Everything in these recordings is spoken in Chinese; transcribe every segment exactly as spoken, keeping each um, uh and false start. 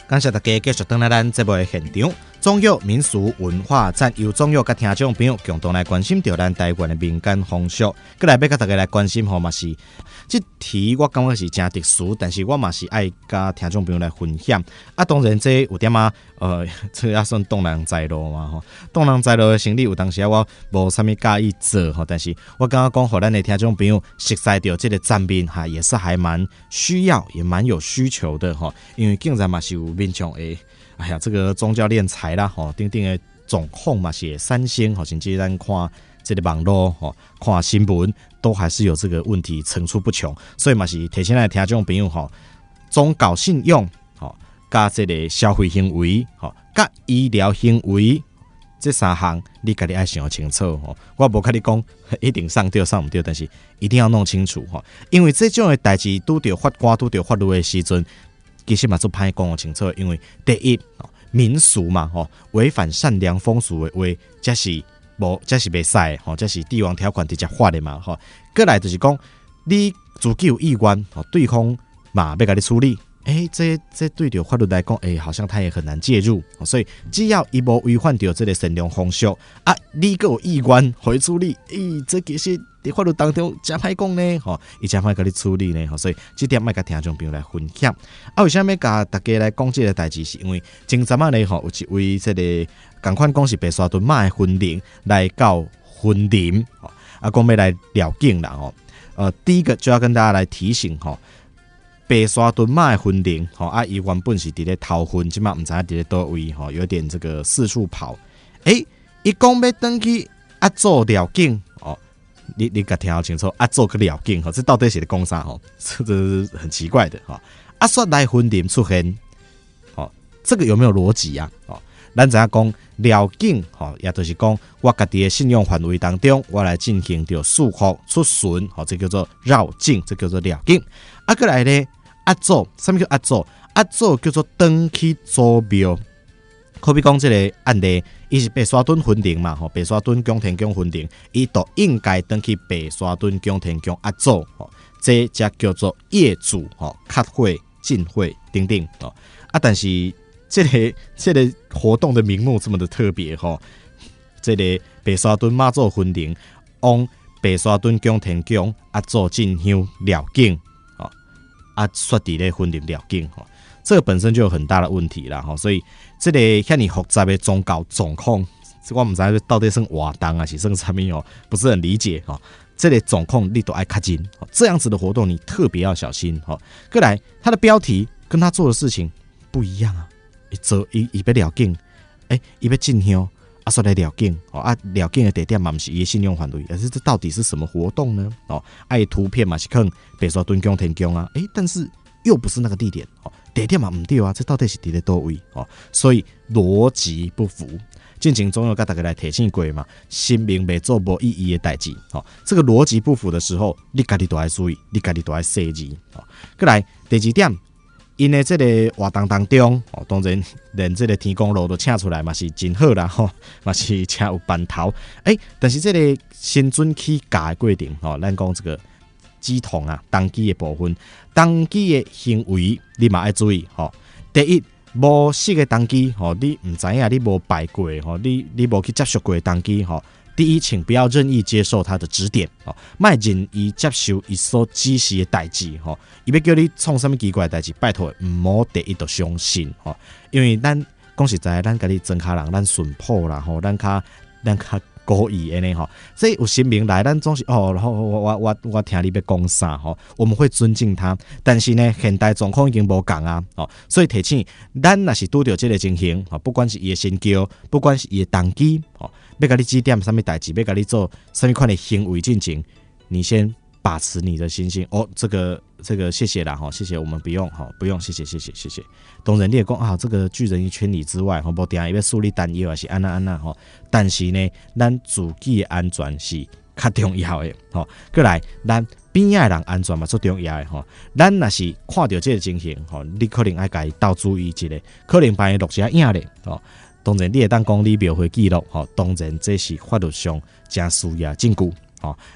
感谢大家继续回来咱节目的现场。中药民俗文化站由中药甲听众朋友共同来关心到咱台湾的民间风俗，过来要甲大家来关心吼嘛是，这题我感觉是真特殊，但是我嘛是爱甲听众朋友来分享。啊，当然这有点啊，呃，这也算动人在路嘛吼。动人在路的生理有当时我无啥物介意做吼，但是我刚刚讲，互咱的听众朋友熟悉到这个站面哈，也是还蛮需要，也蛮有需求的吼，因为竟然嘛是有民众诶。哎呀，这个宗教敛财啦，吼，等等的状况嘛，是三星，吼，甚至咱看这个网络，吼，看新闻，都还是有这个问题层出不穷，所以嘛是提醒来听众朋友，吼，宗教信用，吼，加这个消费行为，吼，加医疗行为，这三项你家己爱想清楚，吼，我无跟你讲一定上对上唔对，但是一定要弄清楚，吼，因为这种的代志拄着法官拄着法律的时阵。其实嘛，做歹讲清楚，因为第一民俗嘛，吼，违反善良风俗的话，这是无，这是袂使，吼，这是帝王条款直接发的嘛，吼。过来就是讲，你自己有意愿，吼，对方嘛要甲你处理，诶、欸，这这对着法律来讲，诶、欸，好像他也很难介入，所以只要伊无违反到这个善良风俗啊，你个有意愿回处理，诶、欸，这其实。在法律当中真歹讲呢，吼，伊真歹甲你处理呢，吼，所以这点爱甲听众朋友来分享。啊，为什么甲大家来讲这个代志？是因为前阵仔呢，吼，有一位这个共款讲是白沙屯妈的婚礼来到婚礼，吼，啊，讲要来了境啦，吼，呃，第一个就要跟大家来提醒，吼，白沙屯妈的婚礼，吼，啊，伊原本是伫咧头婚，即马唔知影伫咧倒位，吼，有点这个四处跑，诶、欸，伊讲要登去啊做了境。你你甲听好清楚，啊做个了境吼，这到底是咧讲啥吼？这是很奇怪的哈。啊，说来婚礼出现，吼，这个有没有逻辑啊？哦，咱知影讲了境，吼，也就是讲我家己的信用范围当中，我来进行着诉讼出巡，吼，这叫做绕境，这叫做了境。啊，过来咧，啊做，什么叫啊做？啊做叫做登去祖庙。可比讲这个案例，伊是白沙屯婚礼嘛，吼，白沙屯宫田宫婚礼，伊都应该登去白沙屯宫田宫阿祖，吼，这才叫做业主，吼，开会、进会等等，哦，啊，但是这个这个活动的名目这么的特别，吼，这个白沙屯妈祖婚礼，往白沙屯宫田宫阿祖进香了境，哦，啊，说伫咧婚礼了境，吼。这个本身就有很大的问题啦，所以这个遐尼复杂的宗教状况，我唔知道到底算活动还是算什么哦，不是很理解哈。这个状况你都爱卡紧，这样子的活动你特别要小心哈。过来，他的标题跟他做的事情不一样啊，伊做伊伊要了境，诶，伊要进香，啊说来了境，哦啊了境的地点嘛不是伊信用范围，而是这到底是什么活动呢？哦，爱图片嘛是看白沙屯宫田宫啊，诶，但是又不是那个地点哦。地点嘛唔对啊，这到底是伫咧倒位哦？所以逻辑不符。进前总有甲大家来提醒过嘛，生命袂做无意义的代志哦。这个逻辑不符的时候，你家己都要注意，你家己都要设计哦。过来第二点，因为这个活动当中哦，当然连这个天公炉都请出来嘛是真好啦吼，嘛是请有办头诶、欸。但是这个新准起价的规定哦，咱讲这个。乩童啊，登记的部分，登记的行为你嘛要注意吼。第一，无识的登记吼，你唔知影，你无拜过吼，你你无去接受过的登记吼。第一，请不要任意接受他的指点哦，莫任意接受伊所指示的代志吼。伊要叫你创什么奇怪的代志，拜托唔好第一就相信吼，因为咱讲实在，咱家己真卡人，咱顺谱啦吼，咱卡咱卡。故意的呢吼，所以有神明来，咱总是哦，然后我我我我听你要讲啥吼，我们会尊敬他。但是呢，现代状况已经无共啊，哦，所以提醒咱若是拄到这个情形，不管是伊的神教，不管是伊的动机，哦，要甲你指点什么代志，要甲你做什么款的行为进行，你先把持你的心性哦，这个这个谢谢啦哈，谢谢我们不用哈，不用谢谢谢谢谢谢。当然你也讲啊，这个拒人于千里之外，哈，无定要树立担忧还是安那安那哈。但是呢，咱自己的安全是较重要的哈。过来，咱边仔人安全嘛最重要的哈。咱若是看到这个情形哈，你可能爱家多注意一下，可能帮伊录一下影咧哦。当然你会当讲你描绘记录哈，当然这是法律上真需要证据哈啊。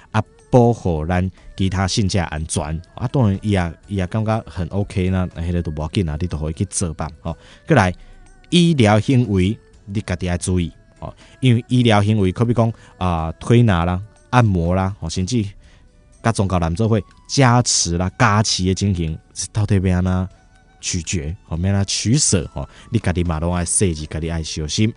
保护咱其他信者安全啊。当然伊也伊也感觉很 OK 呢，迄个都无要紧啊，你都可以去做吧。哦，过来医疗行为你家己要注意哦，因为医疗行为可比讲啊、呃、推拿啦、按摩啦，哦甚至甲宗教人做伙加持啦、加持的情形，到底要安怎取决，哦要安怎取舍哦，你家己嘛拢爱细致，家己爱小心。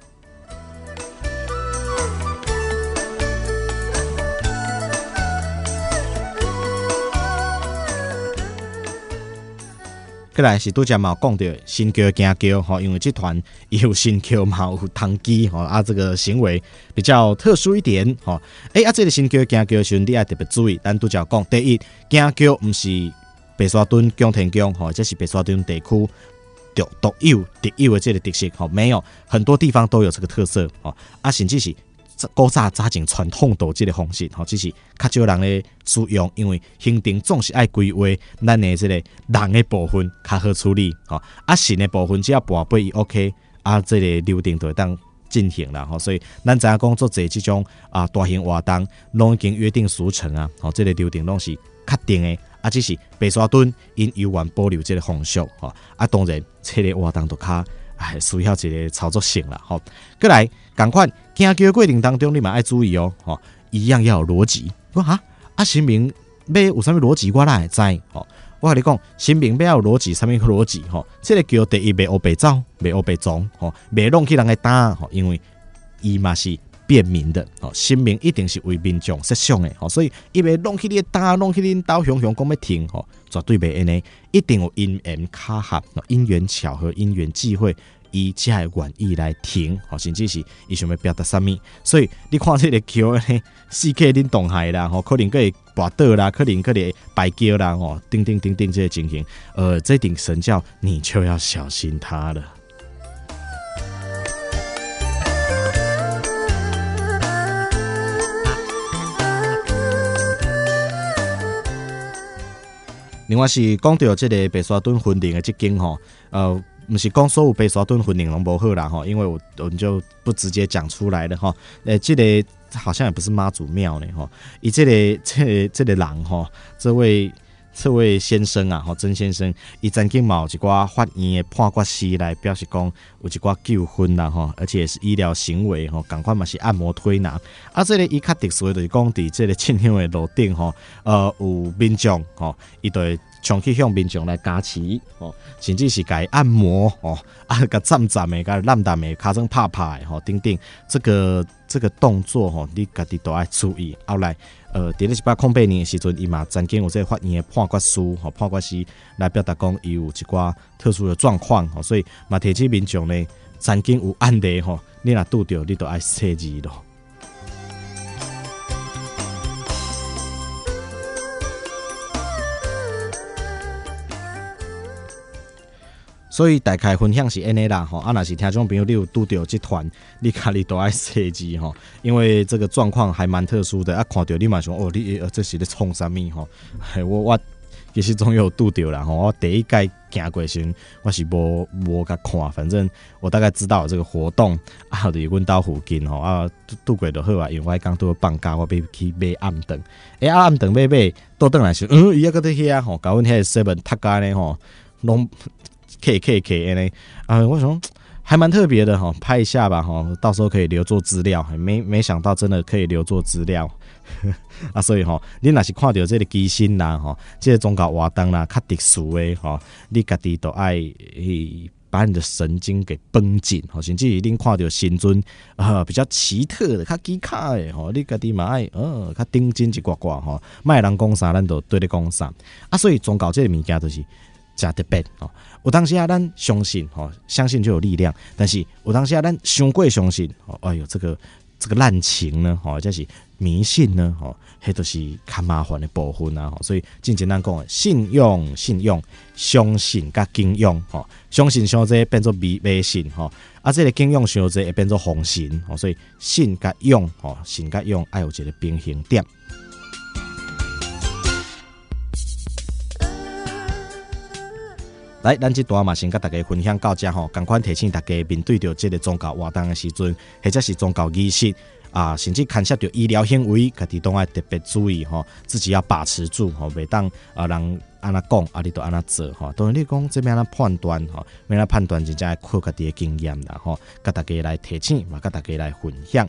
再来是拄则嘛有讲到新桥行桥吼，因为这团有新桥嘛有通机吼啊，这个行为比较特殊一点吼。哎、欸、啊，这个新桥行桥时，你爱特别注意，咱拄则讲第一，行桥不是白沙屯江田江吼，这是白沙屯地区独独有特有的这个特色吼，没有很多地方都有这个特色吼啊，甚至是。古早早前传统道这个方式，吼，只是较少人咧使用，因为行程总是爱规划咱的这个人的部分较好处理，吼，啊神的部分只要跋杯伊 OK， 啊这个流程就会当进行啦，吼，所以咱知影讲做这这种啊大型活动，拢已经约定俗成啊，吼，这个流程拢是确定的，啊只是白沙屯因有愿保留这个风俗，吼，啊当然这个活动就较。哎，需要一个操作性啦，吼。过来，同款行桥过程当中，你嘛爱注意哦，吼，一样要有逻辑。我哈啊，神明要有啥物逻辑，我哪会知？吼，我跟你讲，神明要有逻辑，啥物逻辑？吼，这个桥第一袂乌白走，袂乌白撞，吼，袂弄起人个打，吼，因为伊嘛是便民的，吼，神明一定是为民众设想的，吼，所以伊袂弄起你打，弄起恁刀，雄雄讲要停，吼，绝对袂安尼，一定有因缘巧合，因缘巧合，因缘际会。伊才会愿意来停，吼，甚至是伊想要表达啥物，所以你看这个桥呢，四界恁动害啦，吼，可能个会跋倒啦，可能个会白叫啦，吼，叮叮叮叮这些情形，呃，这顶神教你就要小心它了。另外是讲到这个白沙屯婚礼的这间吼，呃。不是讲所有白沙屯婚礼拢不好啦哈，因为我我们就不直接讲出来了哈。呃，这个好像也不是妈祖庙呢哈，以这个这个、这个人哈，这位这位先生啊哈，曾先生，伊曾经嘛有一寡法院的判决书来表示讲有一寡纠纷啦哈，而且也是医疗行为哈，同款嘛是按摩推拿。啊，这个伊较特殊的就是讲伫这个庆香的路顶哈，呃有民众哈，伊就会长期向民众来加持哦，甚至是甲伊按摩哦，啊，甲站站的、甲烂淡的、骹床拍拍的吼，等等，这个这个动作吼，你家己都要注意。后来，呃，伫咧一百零八年的时阵，伊嘛曾经有这个法院的判决书吼，判决书来表达讲伊有一寡特殊的状况吼，所以嘛提起民众呢，曾经有案例吼，你若拄着，你都爱切记咯。所以大概分享是安尼啦吼，啊，若是听众朋友你有拄到这团，你家己都爱切记吼，因为这个状况还蛮特殊的。啊，看到你嘛想哦，你呃这是咧创啥物吼？我我其实总有拄到啦吼。我第一届行过时，我是无无甲看，反正我大概知道有这个活动啊，伫阮兜附近吼啊，拄过就好啊。因为我刚拄放假，我要去买暗顿，诶、欸，啊暗顿买买，倒转来时，嗯，伊还搁伫遐吼，甲阮遐 seven 读家呢吼，拢。K K K 呢？啊，我想还蛮特别的哈，拍一下吧哈，到时候可以留作资料。没没想到真的可以留作资料啊！所以哈，你若是看到这个机身啦哈，这个宗教活动啦，较特殊的哈，你家己都爱把你的神经给绷紧，甚至恁看到神尊啊比较奇特的、较奇卡的吼，你家己嘛爱呃较顶真一寡寡吼，卖人讲啥，咱就对你讲啥啊！所以宗教这个物件就是。真特别哦！有当时啊，咱相信哦，相信就有力量。但是有当时啊，咱伤过相信哦，哎呦，这个这个滥情呢，哦，这是迷信呢，哦，迄都是较麻烦的部分啊。所以真简单讲的，信用、信用、相信甲敬用，哦，相信伤济变做迷迷信，吼，啊，这个敬用伤济会变做奉信，哦，所以信甲用，哦，信甲用爱有一个平衡点。来，咱这段嘛先甲大家分享到这吼，赶快提醒大家面对着这个宗教活动的时阵，或者是宗教仪式啊，甚至牵涉到医疗行为，家己都要特别注意吼，自己要把持住吼，袂当啊人安那讲啊，你都安那做吼。当然你讲这边安那判断吼，要来判断真正要靠家己的经验啦吼，甲大家来提醒，嘛甲大家来分享。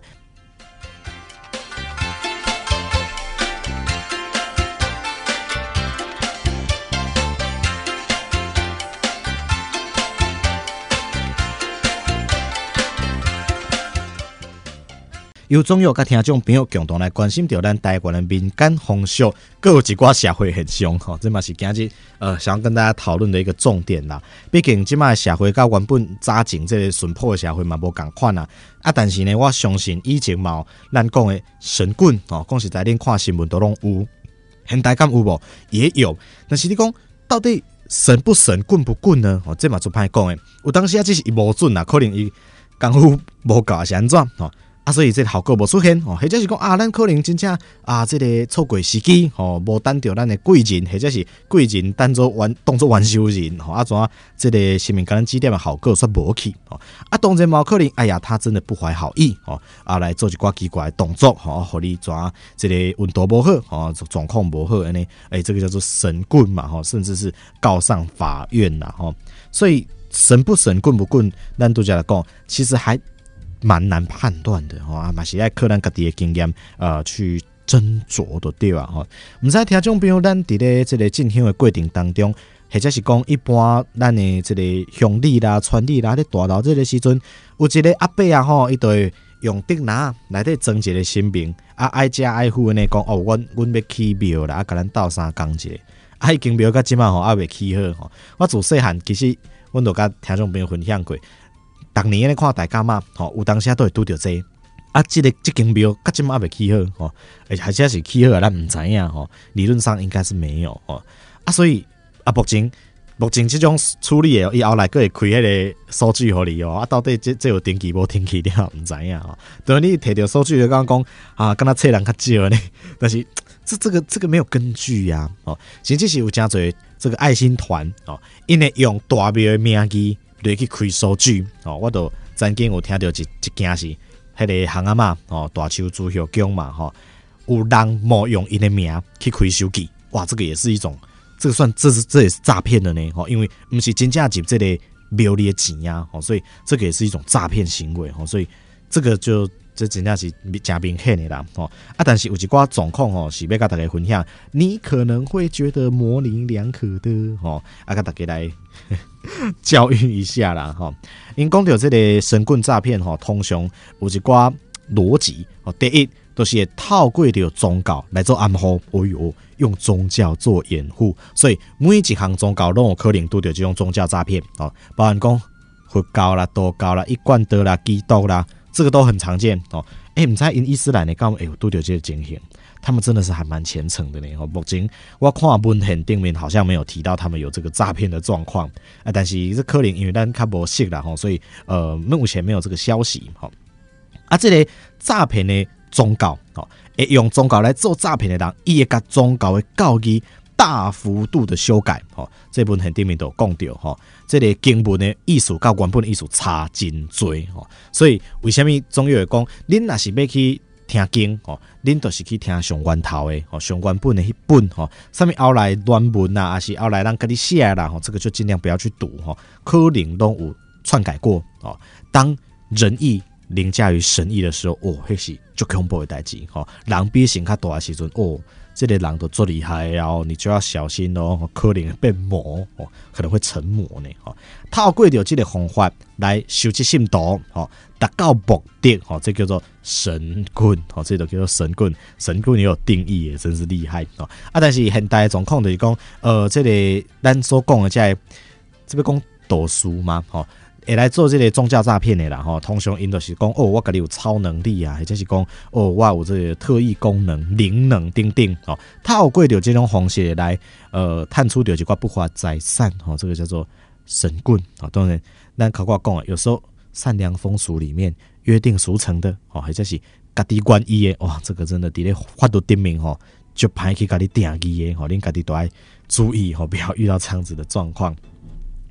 由中药甲听众朋友共同来关心到咱台湾的民间风俗，各有一寡社会现象吼，这嘛是今日呃想要跟大家讨论的一个重点啦。毕竟即卖社会甲原本早前这个淳朴的社会嘛无共款啦，啊，但是呢，我相信以前嘛，咱讲的神棍哦，讲实在恁看新闻都拢有，现代感有无？也有，但是你讲到底神不神、棍不棍呢？哦，这嘛做歹讲的，有当时啊，只是伊无准啦，可能伊功夫无够是安怎吼？啊，所以这个效果无出现哦，或者是讲啊，咱可能真正啊，这个错过时机吼，无等到咱的贵人，或者是贵人当做完当做完修人吼，啊，怎啊，这个生命感染指点的效果煞无去哦，啊，当然嘛可能，哎呀，他真的不怀好意哦，啊，来做一寡奇怪的动作吼，互你怎这个运道无好吼，状况无好安尼，哎，这个叫做神棍嘛吼，甚至是告上法院啦吼，所以神不神，棍不棍，咱拄则来讲，其实还蛮难判断的吼，啊，嘛是爱靠咱家己的经验呃去斟酌就对啊吼。毋知听众朋友，咱伫咧这个进香的过程当中，或者是讲一般咱的这个乡里啦、村里啦，咧大闹这个时阵，有一个阿伯啊吼，伊就会用竹篮内底装一个神明，啊爱食爱护呢讲哦，阮阮要起庙啦，啊甲咱斗相共一个，啊已经庙到即满吼，还未起好吼。我自细汉其实阮就甲听众朋友分享过。逐年咧看大甲妈，吼，有当时都会拄着这個、啊，即、這個即間廟，甲即馬未起好，吼，而且是起好，咱唔知影，吼，理論上應該是沒有，吼，啊，所以啊，目前目前這種處理的，伊後來佫會開迄個數據互你哦，啊，到底這這有登記無登記了，唔知影吼，等你摕到數據就剛剛講啊，敢若冊人較少呢，但是這這個這個沒有根據呀、啊，哦，甚至是有誠濟這個愛心團哦，因為用大廟的名義。嚟去開數據哦，我都曾經有聽到一一件事，迄個巷仔媽哦，大樹朱孝宮嘛吼，有人冒用因的名去開手機，哇，這個也是一種，這個算這是這也是詐騙的呢吼，因為不是真正入這個廟裡的錢呀，吼，所以這個也是一種詐騙行為吼，所以這個就這真正是真明顯的啦吼，啊，但是有一寡狀況吼，是要跟大家分享，你可能會覺得模棱兩可的吼，啊，跟大家來。教育一下啦吼，因講到這個神棍詐騙吼，通常有一寡邏輯吼。第一，都、就是透過着宗教來做暗號，哦喲，用宗教做掩護，所以每一項宗教都有可能拄到這種宗教詐騙哦。包含講佛教啦、道教啦、一貫道啦、基督啦，這個都很常見哦。誒，唔知因伊斯蘭的講，誒有拄到這個情形。他們真的是還蠻虔誠的呢。目前我看文獻頂面好像沒有提到他們有這個詐騙的狀況啊，但是這可能因為咱較無熟啦吼，所以呃目前沒有這個消息吼。啊，這個詐騙的宗教吼，會用宗教來做詐騙的人，伊會甲宗教的教義大幅度的修改吼。這文獻頂面都講到吼，這個經文的意思甲原本的意思差真多吼。所以為什麼總有會講，恁若是要去聽經吼，恁就是去聽上源頭的吼，上原本的迄本吼，啥物後來亂文啊，還是後來人甲你寫啦吼，這個就盡量不要去讀吼，可能都有篡改過哦。當人意凌駕於神意的時候，哦，迄是最恐怖的代誌吼。人比神較大的時陣，哦，這個人都做厲害哦，你就要小心哦，可能變魔哦，可能會成魔呢吼。透過着這個方法來收集信徒吼，達到目的吼，這叫做神棍吼，這就叫做神棍。神棍也有定義的，真是厲害哦。啊，但是現代的狀況就是講，呃，這個咱所講的這個，這邊講道術嘛吼。會來做這個宗教詐騙的啦吼，通常因就是講哦，我家己有超能力啊，或者是講哦，我有這個特異功能、靈能等等哦，透過着這種方式來呃，探出着一寡不法財產哦，這個叫做神棍啊。當然，咱考過講啊，有時候善良風俗裡面約定俗成的哦，或者是家己願意的哇，這個真的佇咧法律頂面吼，就歹去家己定義的吼，恁家己都要注意吼，不要遇到這樣子的狀況。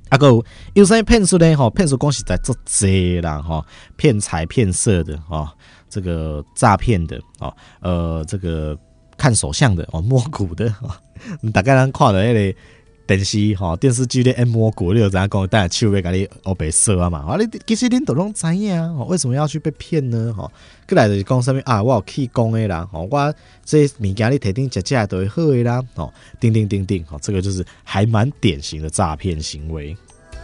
啊，还有有啥骗术呢？吼，骗术讲实在做济啦，吼，骗财骗色的，吼，这个诈骗的，哦，呃，这个看手相的，哦，摸骨的，哦，大概咱看到迄个电视，吼，电视剧咧摸骨，你就知影讲，等下手要甲你黑白色啊嘛，啊，你其实恁都拢知影啊，为什么要去被骗呢？吼，过来就是讲啥物啊，我有气功的啦，吼，我这物件你摕顶食食都会好的啦，哦，叮叮叮叮，吼，这个就是还蛮典型的诈骗行为。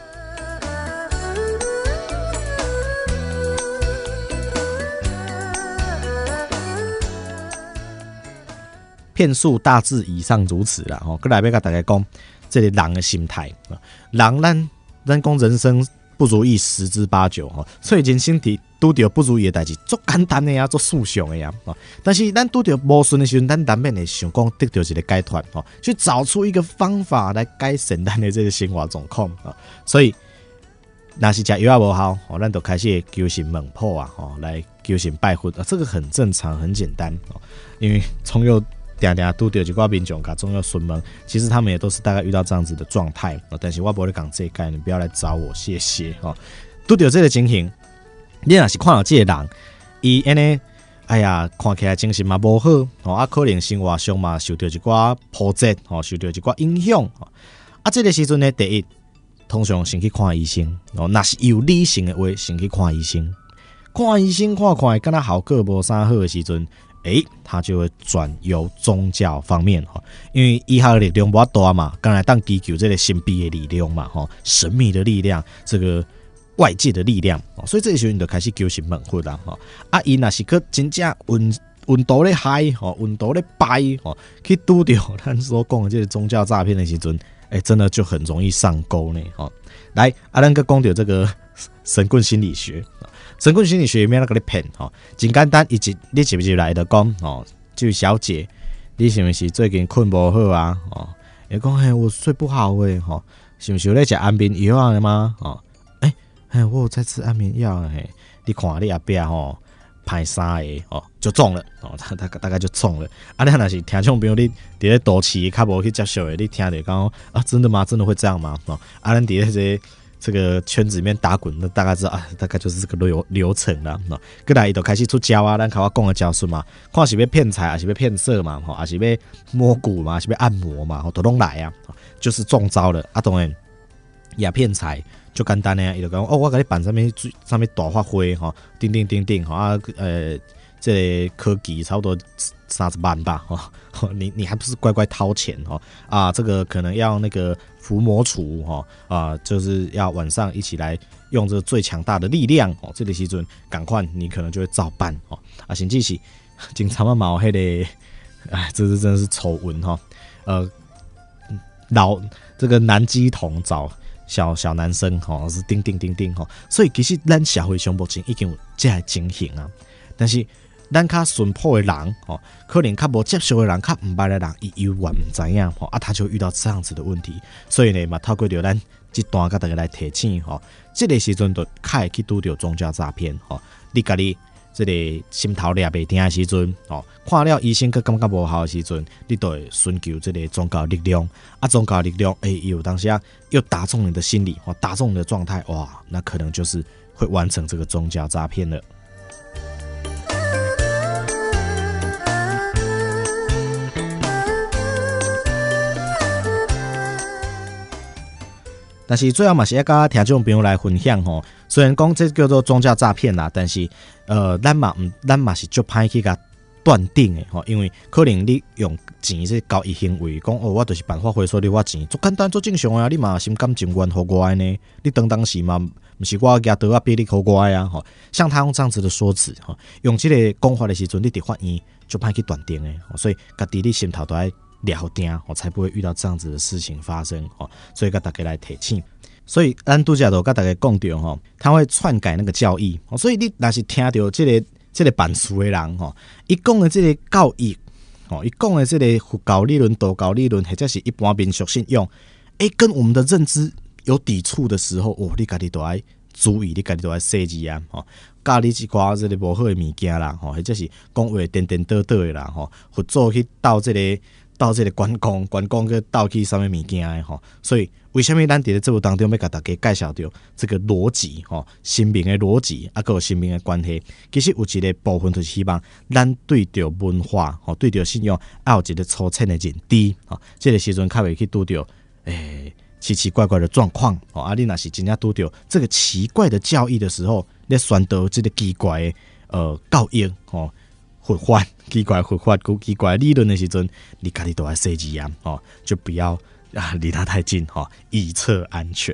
骗术大致以上如此啦，吼，过来要甲大家讲，这个人的心态，人咱咱讲人生不如意十之八九吼，所以人生体拄到不如意的代志，足简单的呀，足事项的呀，但是咱拄到无顺的时候，咱难免会想讲得到一个解脱，吼，去找出一个方法来改善咱的这个生活状况，所以若是食药仔无效，吼，咱就开始求神问卜啊，吼，来求神拜佛啊，这个很正常，很简单，因为从有定定拄到一寡民众甲中药询问，其实他们也都是大概遇到这样子的状态，但是我不会讲这个，你不要来找我，谢谢哈。拄到这个情形，你若是看到这个人，伊安尼，哎呀，看起来精神嘛无好，哦，啊，可能生活上嘛受到一寡波折，哦，受到一寡影响，啊，这个时阵呢，第一，通常先去看医生，哦，若是有理性的话，先去看医生，看医生看看，敢若效果无啥好的时阵。诶，他就会转由宗教方面哈，因为医学的力量无大嘛，刚才当祈求这个神秘的力量嘛，哈，神秘的力量，这个外界的力量，所以这时候你就开始求神问佛啦，哈，啊，伊若是去真正运运道咧嗨，吼，运道咧拜，吼，去拄到咱所讲的这个宗教诈骗的时阵，诶，真的就很容易上钩呢，哈。来，啊，咱个讲到这个神棍心理学。神棍心理学里面那个咧骗吼，真简单，一直你入入来就讲哦，这位小姐，你是不是最近困不好啊？哦，伊讲嘿，我睡不好诶，吼，是不是有在吃安眠药啊吗？哦，诶、欸，嘿，我有在吃安眠药嘿，你看你阿伯吼，歹衫诶，哦，就中了，哦，他他大概就中了。啊，你若是听众朋友，你伫咧都市较无去接受诶，你听着讲啊，真的吗？真的会这样吗？哦，啊，咱伫咧这。这个圈子里面打滚，那大概知道啊，大概就是这个流流程啦。那过来伊就开始出招啊，咱靠我讲的招数嘛，看是要骗财，还是要骗色嘛，还是要摸骨嘛，还是要按摩嘛，都拢来啊，就是中招了啊。当然也骗财就简单的，伊就讲哦，我给你办上面上面大发灰哈，叮叮叮叮哈啊，呃，这个科技差不多三十万吧哈，你你还不是乖乖掏钱哈啊？这个可能要那个伏魔杵哈啊，就是要晚上一起来用这个最强大的力量哦。这个时阵赶快你可能就会照办哦啊，甚至是经常嘛毛黑的，哎，这是真的是丑闻哈。呃，老这个男乩童找小小男生哈是叮叮叮叮哈，所以其实咱社会上目前已经有这样情形啊，但是。咱较淳朴的人，吼，可能较无接受的人，较唔捌的人，伊永远唔知影，吼啊，他就遇到这样子的问题，所以呢，嘛透过着咱这段甲大家来提醒，吼，这个时阵就较会去拄到宗教诈骗，吼，你家己这个心头掠袂定的时阵，吼，看了医生佮感觉无效的时阵，你都会寻求这个宗教力量，啊，宗教力量，诶、欸，有当下又打中你的心理，或打中你的状态，哇，那可能就是会完成这个宗教诈骗了。但是最后嘛是要甲听众朋友来分享吼，虽然讲这叫做宗教诈骗啦，但是呃，咱嘛唔，咱嘛是足歹去甲断定的吼，因为可能你用钱去交易行为，讲哦，我就是办法回收你我钱，足简单，足正常啊，你嘛心甘情愿互我的呢，你当当时嘛，不是我举刀啊逼你互我的啊吼，像他用这样子的说辞吼，用这个讲法的时阵，你伫法院就歹去断定的，所以家己你心头都爱。了定，我才不会遇到这样子的事情发生哦。所以跟大家来提醒，所以咱拄则都跟大家讲到吼，他会篡改那个教义，所以你若是听到这个这个办事的人吼，伊讲的这个教义，哦，伊讲的这个佛教理论、道教理论，或者是一般民俗信仰，诶、欸，跟我们的认知有抵触的时候，哦，你家己都要注意，你家己都要设置啊，吼。教你一寡这个无好的物件啦，吼，或者是讲话颠颠倒倒的啦，吼，佛祖去斗这个。 到这个关公，关公去盗去什么物件的吼，所以为什么咱伫咧节目当中要甲大家介绍到这个逻辑吼，生命的逻辑啊，还有生命的关系，其实有一个部分就是希望咱对着文化吼，对着信仰，要有一个粗浅的认知吼，这个时阵较袂去拄着诶奇奇怪怪的状况吼，啊，你若是真正拄着这个奇怪的教义的时候，你宣导这个奇怪的呃教义吼。佛法奇怪佛法奇怪理论的时阵，你家己都要设计啊，哦，就不要啊离他太近哈、哦，以策安全。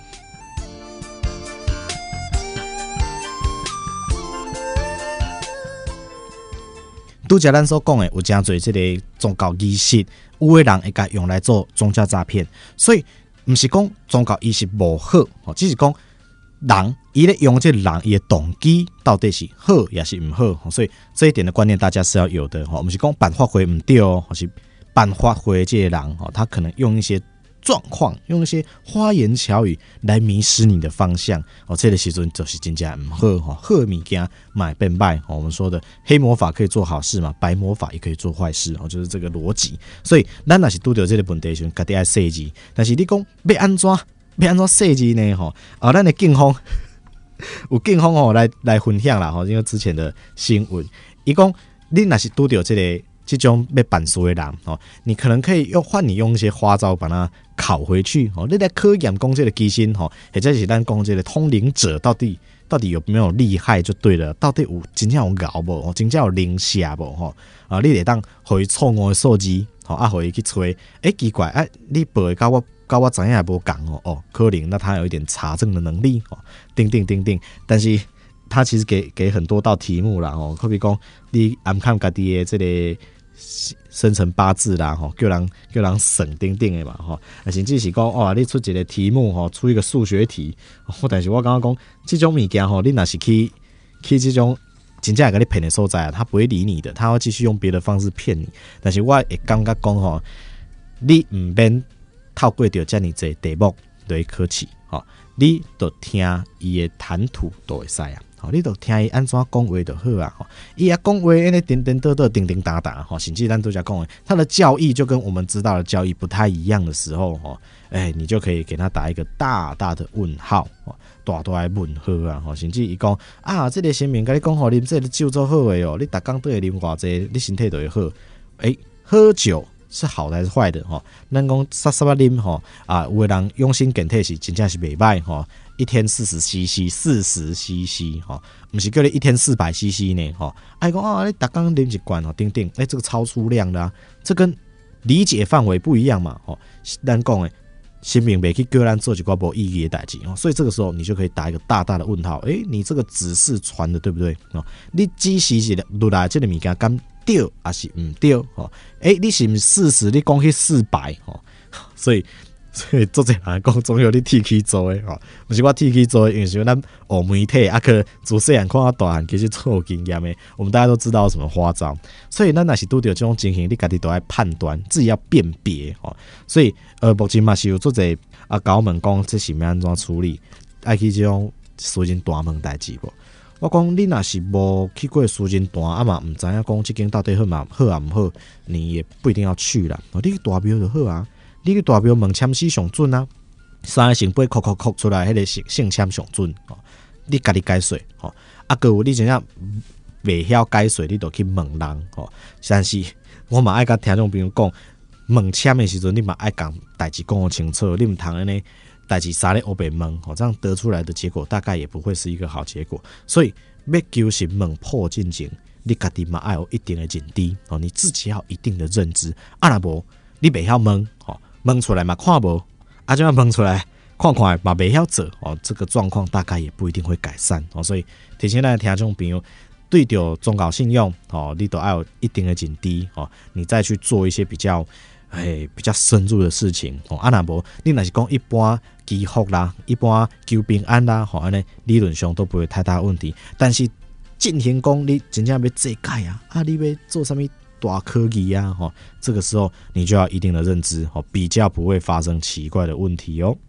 拄则咱所讲的有真侪这个宗教仪式，有的人会甲用来做宗教诈骗，所以不是讲宗教仪式无好，只是讲。人伊咧用这人伊的动机到底是好也是唔好，所以这一点的观念大家是要有的吼，不是讲办法会唔对哦，或是办法会这些人吼，他可能用一些状况，用一些花言巧语来迷失你的方向哦，这个时阵就是真正唔好吼，好物件买变败。我们说的黑魔法可以做好事嘛，白魔法也可以做坏事哦，就是这个逻辑。所以咱若是拄到这个问题时，家己要设计，但是你讲要安怎？要安怎设计呢？吼，啊，咱的警方有警方吼来来分享啦，吼，因为之前的新闻，伊讲你若是拄到这个这种要办事的人，吼，你可能可以用换你用一些花招把它拷回去，吼，你来科验讲这个机心，吼，或者是咱讲这个通灵者到底到底有没有厉害就对了，到底有真正有咬无，真正有灵下无，吼，啊，你得当互伊错误的数字，吼，啊，互伊去吹，诶、欸，奇怪，哎、啊，你报的甲我。跟我知影也无讲哦，哦，可能那他有一点查证的能力哦，定定定定，但是他其实给给很多道题目啦哦，可比讲你暗看家己的这个生辰八字啦吼，叫人叫人省定定的嘛吼，啊甚至是讲哦，你出一个题目吼，出一个数学题，哦、但是我刚刚讲这种物件吼，你若是去去这种真正会给你骗的所在啊，他不会理你的，他会继续用别的方式骗你，但是我会感觉讲吼，你唔免。透过着遮尔济题目就会考试，吼，你就听伊的谈吐就会使啊，吼，你就听伊安怎讲话就好啊，吼，伊啊讲话安尼叮叮叨叨、叮叮当当，吼，甚至咱都讲讲，他的教义就跟我们知道的教义不太一样的时候，吼，哎，你就可以给他打一个大大的问号，大大的问号啊，吼，甚至伊讲啊，这个神明甲你讲吼，啉这个酒做好诶哦，你逐工都会啉偌济，你身体就会好，哎、欸，喝酒。是好的还是坏的吼？咱讲沙沙巴啉吼啊，有的人用心检体是真正是袂歹吼，一天四十 C C， 四十 C C 吼，不是叫你一天四百 C C 呢吼。哎讲啊，你逐工啉一罐吼，顶顶，哎、欸，这个超出量的啊，这跟理解范围不一样嘛吼。咱讲诶，神明袂去叫咱做一寡无意义的代志哦，所以这个时候你就可以打一个大大的问号，哎、欸，你这个指示传的对不对哦？你指示是落来这个物件敢？对还是唔对？吼，哎，你是唔是事实？你讲去四百吼，所以所以做这人讲，总有你替去做的吼，不是我替去做的，因为是咱学媒体啊，个做细汉看到大汉，其实做有经验的，我们大家都知道有什么花招，所以咱若是拄到这种情形，你家己都要判断，自己要辨别吼。所以呃，目前嘛是有做者啊，甲我们讲这是要安怎处理，爱去这种私人大门代志无？我讲你若是无去过私人坛啊嘛，唔知影讲这间到底好嘛好啊唔好，你也不一定要去啦。你去大庙就好啊，你去大庙问签诗上准啊，三个成八扣扣扣出来，迄个姓姓签上准哦。你家己解说吼，啊个有你真正袂晓解说，你就去问人吼。但是我嘛爱甲听众朋友讲，问签的时阵，你嘛爱讲代志讲清楚，你唔通安尼。代志三咧黑白问，这样得出来的结果大概也不会是一个好结果。所以要求神问破进前，你家己嘛要有一定的认知哦，你自己要有一定的认知。啊若无，你袂晓问，吼问出来嘛看无，啊这样问出来看看嘛袂晓做哦，这个状况大概也不一定会改善哦。所以提醒咱的听众朋友，对着宗教信用哦，你都要有一定的认知哦，你再去做一些比较。哎，比较深入的事情哦，啊那无，你若是讲一般祈福啦，一般求平安啦，吼安尼理论上都不会太大问题。但是进行讲你真正要做改啊，啊你要做什么大科技啊，吼，这个时候你就要一定的认知，吼，比较不会发生奇怪的问题哦。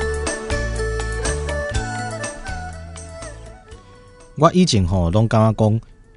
我以前吼拢感觉讲。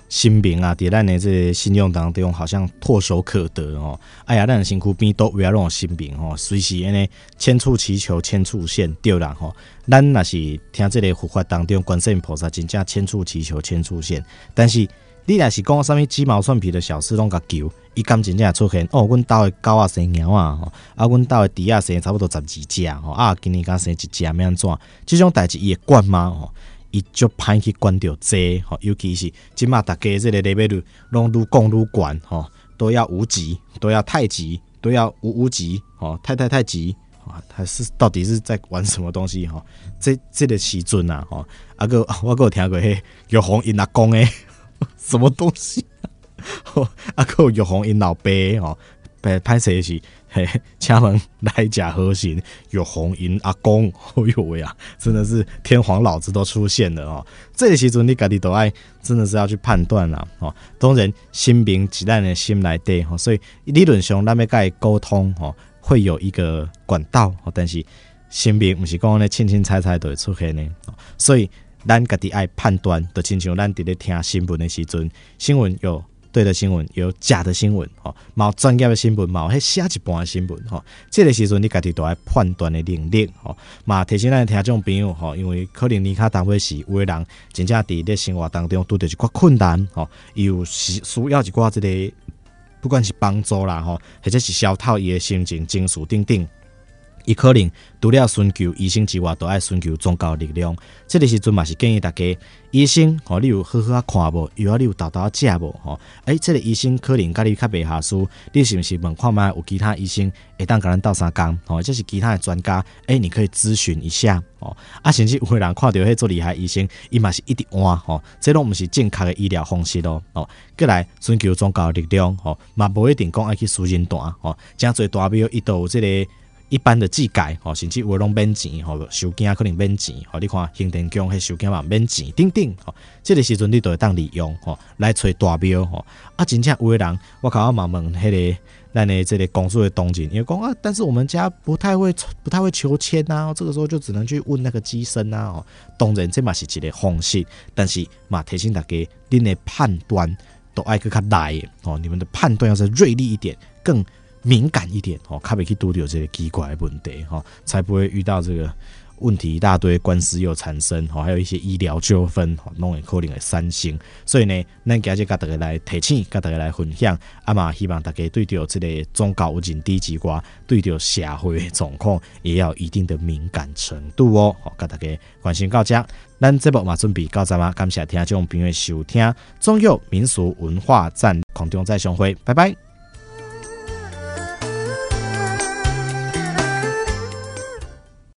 神明啊，伫咱的这个信仰当中，好像唾手可得哦。哎呀，咱的身躯边都围绕拢有神明哦，随时安尼千处祈求千处现，对啦吼。咱若是听这个佛法当中，观世音菩萨真正千处祈求千处现，但是你若是讲啥物鸡毛蒜皮的小事拢甲求，伊敢真正出现哦？阮兜的狗啊生猫啊，吼啊，阮兜的猪啊生差不多十二只吼啊，今年敢生一只，要安怎？这种代志伊会管吗？吼，伊就歹去管着这吼，尤其是今嘛大家这个 level 拢愈讲愈悬吼，都要无极，都要太极，都要无无极吼，太太太极。还是到底是在玩什么东西吼？这这个时阵啊吼，啊个我个有听过迄玉皇因阿公诶。什么东西？啊，还有玉皇因老爸哦，歹势是嘿，请问来假和行玉皇因阿公，哎呦喂啊，真的是天皇老子都出现了哦。这个时阵你家己都爱，真的是要去判断啦哦。当然，神明伫咱的心内底吼，所以理论上咱要甲伊沟通吼，会有一个管道，但是神明不是讲咧清清彩彩就会出现呢，所以。咱家己爱判断，就亲像咱伫咧听新闻的时阵，新闻有对的新闻，有假的新闻，吼，有专业的新闻，有迄写一半的新闻，吼，这个时阵你家己都爱判断的能力，吼，嘛提醒咱听众朋友，吼，因为可能你较当尾是有的人真正伫咧生活当中拄着一寡困难，吼，伊有需需要一寡这个不管是帮助啦，吼，或者是消透伊的心情、情绪等等。伊可能除了寻求医生之外，都爱寻求宗教力量。这个时阵嘛是建议大家，医生吼，你有好好啊看无？药你有豆豆啊食无？吼，诶，这个医生可能甲你较袂合适，你是不是问看卖有其他医生会当甲咱斗相共？吼，这是其他的专家，诶，你可以咨询一下。哦，啊，甚至有的人看到迄做厉害医生，伊嘛是一直换吼，这拢毋是正确的医疗方式咯。哦，过来寻求宗教力量，吼，嘛无一定讲爱去私人单，吼，真侪大庙伊都有这个。一般的技改，吼，甚至有拢免钱，吼，收件可能免钱，吼，你看行天宫迄收件嘛免钱，等等，吼，这个时阵你都会当利用，吼，来找大庙，吼，啊，真正有的人，我靠，我嘛问迄个咱的这个公司的东景，因为讲啊，但是我们家不太会，不太会求签呐，这个时候就只能去问那个机身呐，哦，当然这嘛是一个方式，但是嘛提醒大家，恁的判断都爱去较来的，哦，你们的判断要是锐利一点，更。敏感一点哦，较袂去拄到这个奇怪的问题哈，才不会遇到这个问题一大堆，官司又产生哈，还有一些医疗纠纷哈，弄会可能会三星。所以呢，咱今日甲大家来提醒，甲大家来分享，啊嘛，希望大家对到这个宗教有认知之外，对到社会的状况也要有一定的敏感程度哦。好，甲大家关心到这，咱节目嘛准备到这嘛，感谢听众朋友收听，中佑民俗文化站空中再相会，拜拜。